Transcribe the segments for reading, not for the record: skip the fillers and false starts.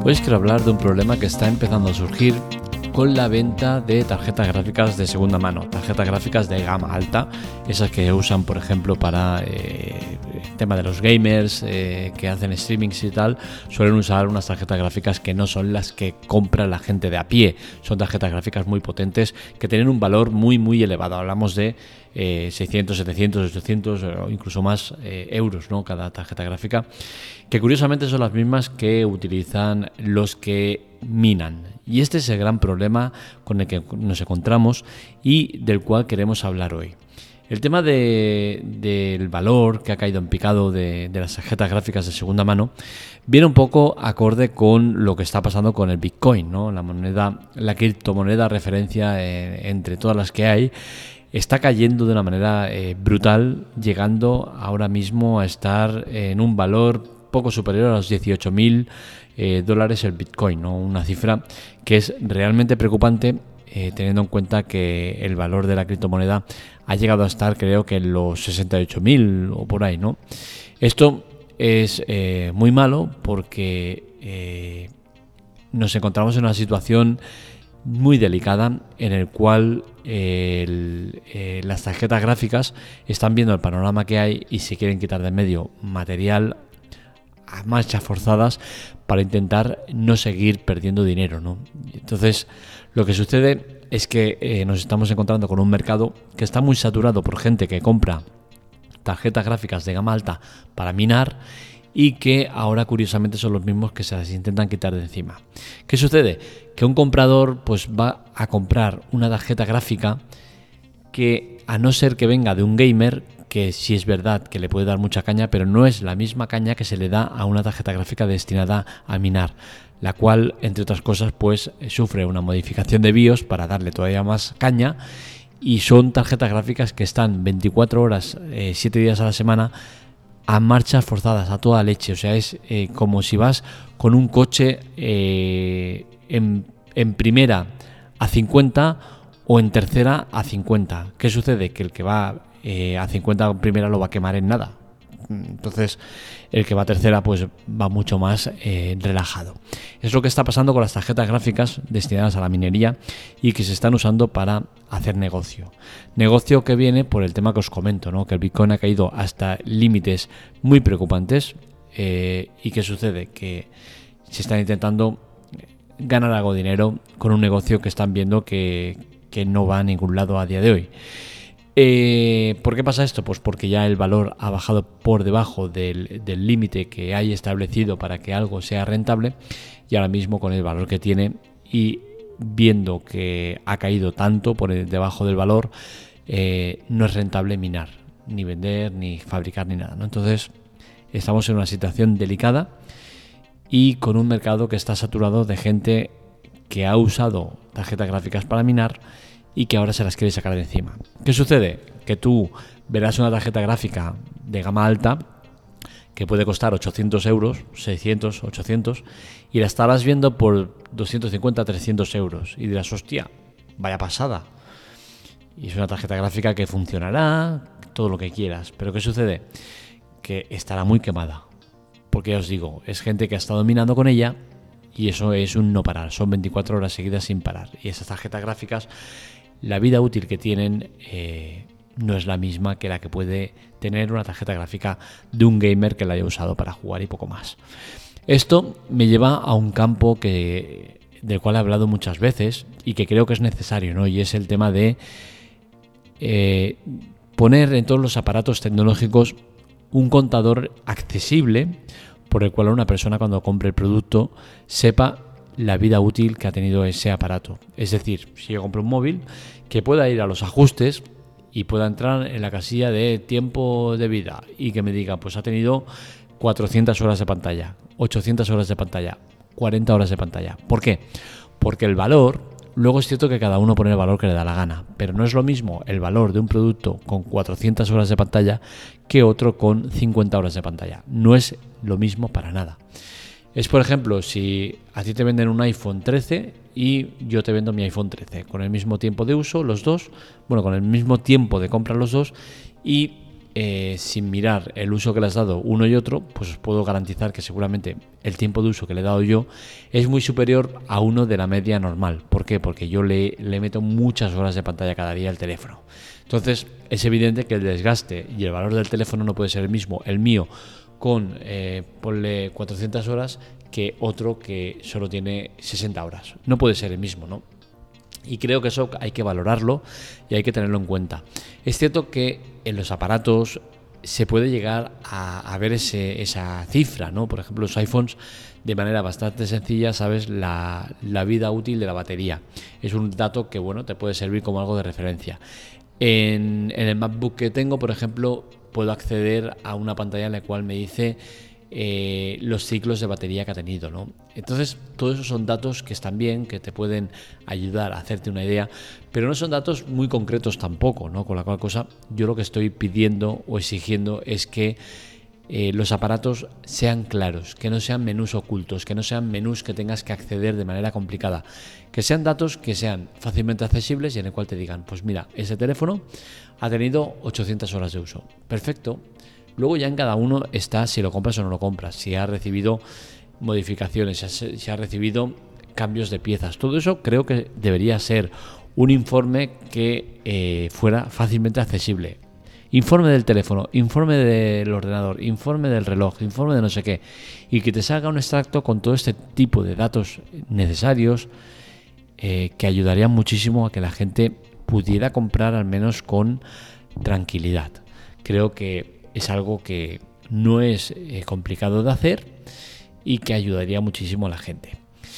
Hoy os quiero hablar de un problema que está empezando a surgir con la venta de tarjetas gráficas de segunda mano, tarjetas gráficas de gama alta, esas que usan, por ejemplo, para el tema de los gamers que hacen streamings y tal. Suelen usar unas tarjetas gráficas que no son las que compra la gente de a pie. Son tarjetas gráficas muy potentes que tienen un valor muy elevado. Hablamos de 600, 700, 800 o incluso más euros, ¿no? Cada tarjeta gráfica, que curiosamente son las mismas que utilizan los que minan. Y este es el gran problema con el que nos encontramos y del cual queremos hablar hoy. El tema del valor que ha caído en picado de las tarjetas gráficas de segunda mano viene un poco acorde con lo que está pasando con el Bitcoin, ¿no? La criptomoneda referencia entre todas las que hay. Está cayendo de una manera brutal, llegando ahora mismo a estar en un valor poco superior a los $18,000 el Bitcoin, ¿no? Una cifra que es realmente preocupante, teniendo en cuenta que el valor de la criptomoneda ha llegado a estar, creo que en los 68,000 o por ahí, ¿no? Esto es muy malo porque nos encontramos en una situación muy delicada en el cual las tarjetas gráficas están viendo el panorama que hay y se quieren quitar de en medio material a marchas forzadas para intentar no seguir perdiendo dinero, ¿no? Entonces, lo que sucede es que nos estamos encontrando con un mercado que está muy saturado por gente que compra tarjetas gráficas de gama alta para minar y que ahora curiosamente son los mismos que se las intentan quitar de encima. ¿Qué sucede? Que un comprador pues va a comprar una tarjeta gráfica que, a no ser que venga de un gamer, que sí es verdad que le puede dar mucha caña, pero no es la misma caña que se le da a una tarjeta gráfica destinada a minar, la cual, entre otras cosas, pues sufre una modificación de BIOS para darle todavía más caña, y son tarjetas gráficas que están 24 horas, 7 días a la semana, a marchas forzadas, a toda leche. O sea, es como si vas con un coche en primera a 50 o en tercera a 50. ¿Qué sucede? Que el que va a 50 en primera lo va a quemar en nada. Entonces, el que va a tercera pues va mucho más relajado. Es lo que está pasando con las tarjetas gráficas destinadas a la minería y que se están usando para hacer negocio. Negocio que viene por el tema que os comento, ¿no? Que el Bitcoin ha caído hasta límites muy preocupantes. ¿Y qué sucede? Que se están intentando ganar algo de dinero con un negocio que están viendo que no va a ningún lado a día de hoy. ¿Por qué pasa esto? Pues porque ya el valor ha bajado por debajo del límite que hay establecido para que algo sea rentable, y ahora mismo con el valor que tiene y viendo que ha caído tanto por debajo del valor, no es rentable minar, ni vender, ni fabricar, ni nada, ¿no? Entonces estamos en una situación delicada y con un mercado que está saturado de gente que ha usado tarjetas gráficas para minar y que ahora se las quiere sacar de encima. ¿Qué sucede? Que tú verás una tarjeta gráfica de gama alta que puede costar 800 euros, 600, 800, y la estarás viendo por 250, 300 euros. Y dirás, hostia, vaya pasada. Y es una tarjeta gráfica que funcionará, todo lo que quieras. Pero ¿qué sucede? Que estará muy quemada. Porque ya os digo, es gente que ha estado minando con ella y eso es un no parar. Son 24 horas seguidas sin parar. Y esas tarjetas gráficas, la vida útil que tienen no es la misma que la que puede tener una tarjeta gráfica de un gamer que la haya usado para jugar y poco más. Esto me lleva a un campo del cual he hablado muchas veces y que creo que es necesario, ¿no? Y es el tema de poner en todos los aparatos tecnológicos un contador accesible por el cual una persona, cuando compre el producto, sepa la vida útil que ha tenido ese aparato. Es decir, si yo compro un móvil, que pueda ir a los ajustes y pueda entrar en la casilla de tiempo de vida y que me diga, pues ha tenido 400 horas de pantalla, 800 horas de pantalla, 40 horas de pantalla. ¿Por qué? Porque el valor, luego es cierto que cada uno pone el valor que le da la gana, pero no es lo mismo el valor de un producto con 400 horas de pantalla que otro con 50 horas de pantalla. No es lo mismo para nada. Es, por ejemplo, si a ti te venden un iPhone 13 y yo te vendo mi iPhone 13 con el mismo tiempo de uso, los dos, bueno, con el mismo tiempo de compra los dos, y sin mirar el uso que le has dado uno y otro, pues os puedo garantizar que seguramente el tiempo de uso que le he dado yo es muy superior a uno de la media normal. ¿Por qué? Porque yo le meto muchas horas de pantalla cada día al teléfono. Entonces es evidente que el desgaste y el valor del teléfono no puede ser el mismo, el mío con ponle 400 horas, que otro que solo tiene 60 horas. No puede ser el mismo, ¿no? Y creo que eso hay que valorarlo y hay que tenerlo en cuenta. Es cierto que en los aparatos se puede llegar a ver esa cifra, ¿no? Por ejemplo, los iPhones, de manera bastante sencilla, sabes la vida útil de la batería. Es un dato que, bueno, te puede servir como algo de referencia. En el MacBook que tengo, por ejemplo, puedo acceder a una pantalla en la cual me dice los ciclos de batería que ha tenido, ¿no? Entonces, todos esos son datos que están bien, que te pueden ayudar a hacerte una idea, pero no son datos muy concretos tampoco, ¿no? Con la cual cosa, yo lo que estoy pidiendo o exigiendo es que los aparatos sean claros, que no sean menús ocultos, que no sean menús que tengas que acceder de manera complicada, que sean datos que sean fácilmente accesibles y en el cual te digan, pues mira, ese teléfono ha tenido 800 horas de uso. Perfecto. Luego ya en cada uno está si lo compras o no lo compras, si ha recibido modificaciones, si ha recibido cambios de piezas. Todo eso creo que debería ser un informe que fuera fácilmente accesible. Informe del teléfono, informe del ordenador, informe del reloj, informe de no sé qué. Y que te salga un extracto con todo este tipo de datos necesarios que ayudarían muchísimo a que la gente pudiera comprar al menos con tranquilidad. Creo que es algo que no es complicado de hacer y que ayudaría muchísimo a la gente.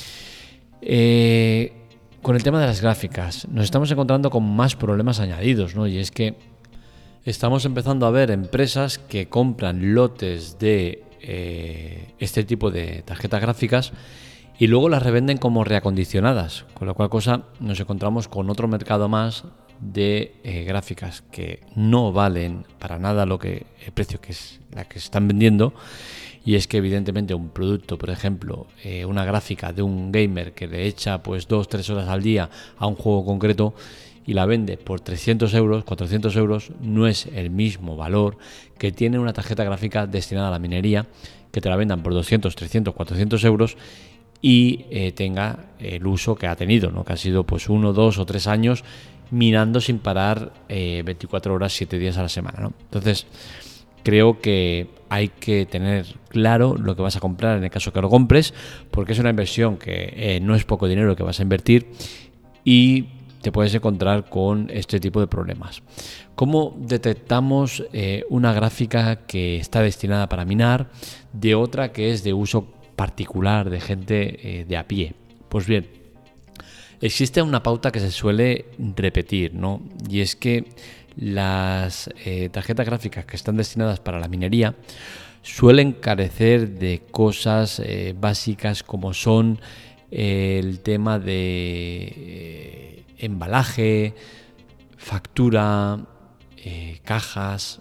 Con el tema de las gráficas, nos estamos encontrando con más problemas añadidos, ¿no? Y es que estamos empezando a ver empresas que compran lotes de este tipo de tarjetas gráficas y luego las revenden como reacondicionadas, con la cual cosa nos encontramos con otro mercado más de gráficas que no valen para nada el precio que es la que se están vendiendo. Y es que evidentemente un producto, por ejemplo, una gráfica de un gamer que le echa pues 2-3 horas al día a un juego concreto y la vende por 300 euros, 400 euros, no es el mismo valor que tiene una tarjeta gráfica destinada a la minería, que te la vendan por 200, 300, 400 euros y tenga el uso que ha tenido, ¿no? Que ha sido pues 1, 2 o 3 años minando sin parar 24 horas, 7 días a la semana, ¿no? Entonces, creo que hay que tener claro lo que vas a comprar en el caso que lo compres, porque es una inversión que no es poco dinero que vas a invertir y te puedes encontrar con este tipo de problemas. ¿Cómo detectamos una gráfica que está destinada para minar de otra que es de uso particular de gente de a pie? Pues bien, existe una pauta que se suele repetir, ¿no? Y es que las tarjetas gráficas que están destinadas para la minería suelen carecer de cosas básicas como son el tema de embalaje, factura, cajas,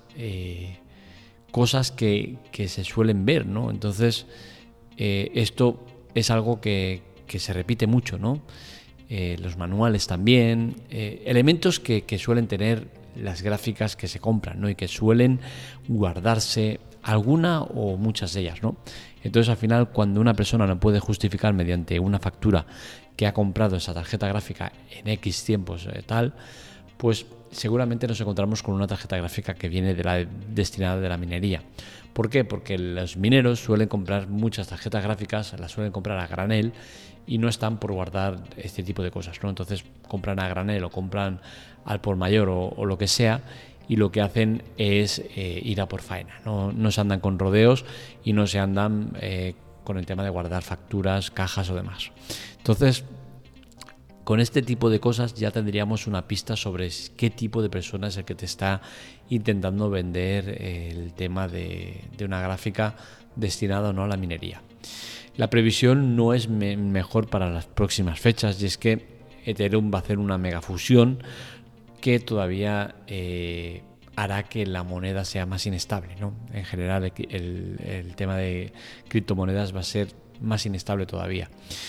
cosas que se suelen ver, ¿no? Entonces, esto es algo que se repite mucho, ¿no? Los manuales también, elementos que suelen tener las gráficas que se compran, ¿no? Y que suelen guardarse alguna o muchas de ellas, ¿no? Entonces, al final, cuando una persona no puede justificar mediante una factura que ha comprado esa tarjeta gráfica en X tiempos tal, pues seguramente nos encontramos con una tarjeta gráfica que viene destinada de la minería. ¿Por qué? Porque los mineros suelen comprar muchas tarjetas gráficas, las suelen comprar a granel y no están por guardar este tipo de cosas, ¿no? Entonces compran a granel o compran al por mayor o lo que sea, y lo que hacen es ir a por faena, no se andan con rodeos y no se andan con el tema de guardar facturas, cajas o demás. Entonces, con este tipo de cosas ya tendríamos una pista sobre qué tipo de persona es el que te está intentando vender el tema de una gráfica destinada o no a la minería. La previsión no es mejor para las próximas fechas, y es que Ethereum va a hacer una megafusión que todavía hará que la moneda sea más inestable, ¿no? En general, el tema de criptomonedas va a ser más inestable todavía.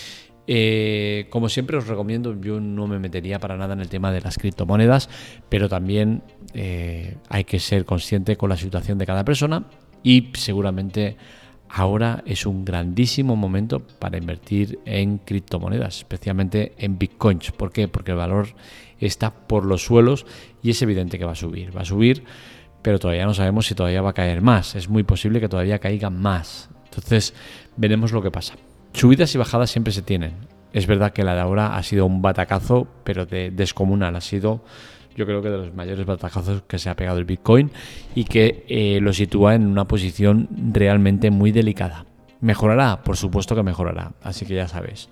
Como siempre os recomiendo, yo no me metería para nada en el tema de las criptomonedas, pero también hay que ser consciente con la situación de cada persona y seguramente ahora es un grandísimo momento para invertir en criptomonedas, especialmente en bitcoins. ¿Por qué? Porque el valor está por los suelos y es evidente que va a subir, pero todavía no sabemos si todavía va a caer más. Es muy posible que todavía caiga más. Entonces veremos lo que pasa. Subidas y bajadas siempre se tienen. Es verdad que la de ahora ha sido un batacazo, pero descomunal. Ha sido, yo creo que de los mayores batacazos que se ha pegado el Bitcoin y que lo sitúa en una posición realmente muy delicada. ¿Mejorará? Por supuesto que mejorará. Así que ya sabes,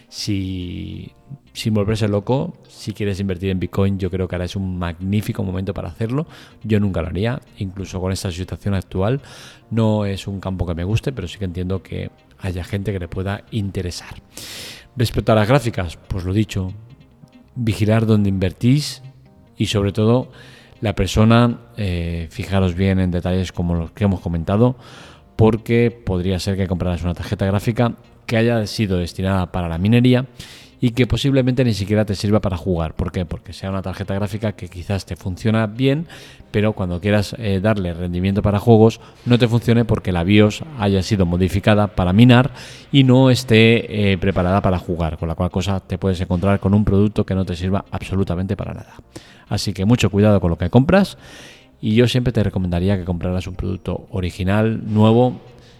sin volverse loco, si quieres invertir en Bitcoin, yo creo que ahora es un magnífico momento para hacerlo. Yo nunca lo haría, incluso con esta situación actual. No es un campo que me guste, pero sí que entiendo que haya gente que le pueda interesar. Respecto a las gráficas, pues lo dicho, vigilar dónde invertís y sobre todo la persona, fijaros bien en detalles como los que hemos comentado, porque podría ser que compraras una tarjeta gráfica que haya sido destinada para la minería y que posiblemente ni siquiera te sirva para jugar. ¿Por qué? Porque sea una tarjeta gráfica que quizás te funciona bien, pero cuando quieras darle rendimiento para juegos no te funcione porque la BIOS haya sido modificada para minar y no esté preparada para jugar, con la cual cosa te puedes encontrar con un producto que no te sirva absolutamente para nada. Así que mucho cuidado con lo que compras y yo siempre te recomendaría que compraras un producto original, nuevo.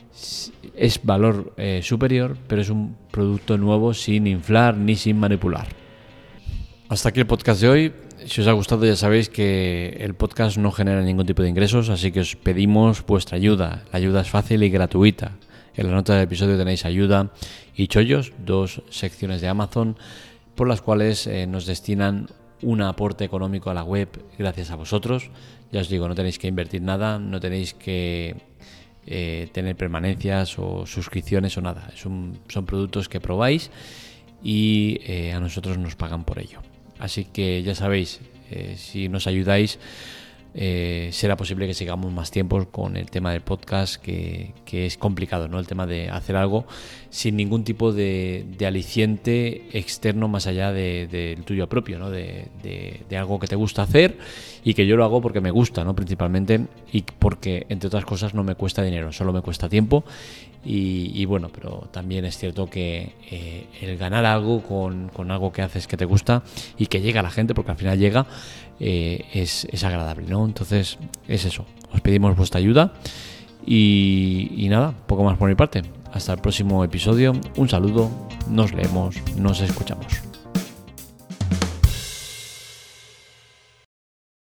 Es valor superior, pero es un producto nuevo sin inflar ni sin manipular. Hasta aquí el podcast de hoy. Si os ha gustado ya sabéis que el podcast no genera ningún tipo de ingresos, así que os pedimos vuestra ayuda. La ayuda es fácil y gratuita. En la nota del episodio tenéis ayuda y chollos, 2 secciones de Amazon por las cuales nos destinan un aporte económico a la web gracias a vosotros. Ya os digo, no tenéis que invertir nada, no tenéis que tener permanencias o suscripciones o nada. Son productos que probáis y a nosotros nos pagan por ello. Así que ya sabéis, si nos ayudáis, será posible que sigamos más tiempo con el tema del podcast, que es complicado, ¿no? El tema de hacer algo sin ningún tipo de aliciente externo más allá del tuyo propio, ¿no? De algo que te gusta hacer y que yo lo hago porque me gusta, ¿no? Principalmente, y porque entre otras cosas no me cuesta dinero, solo me cuesta tiempo y bueno, pero también es cierto que el ganar algo con algo que haces que te gusta y que llega a la gente, porque al final llega, es agradable, ¿no? Entonces es eso, os pedimos vuestra ayuda y nada, poco más por mi parte. Hasta el próximo episodio, un saludo, nos leemos, nos escuchamos.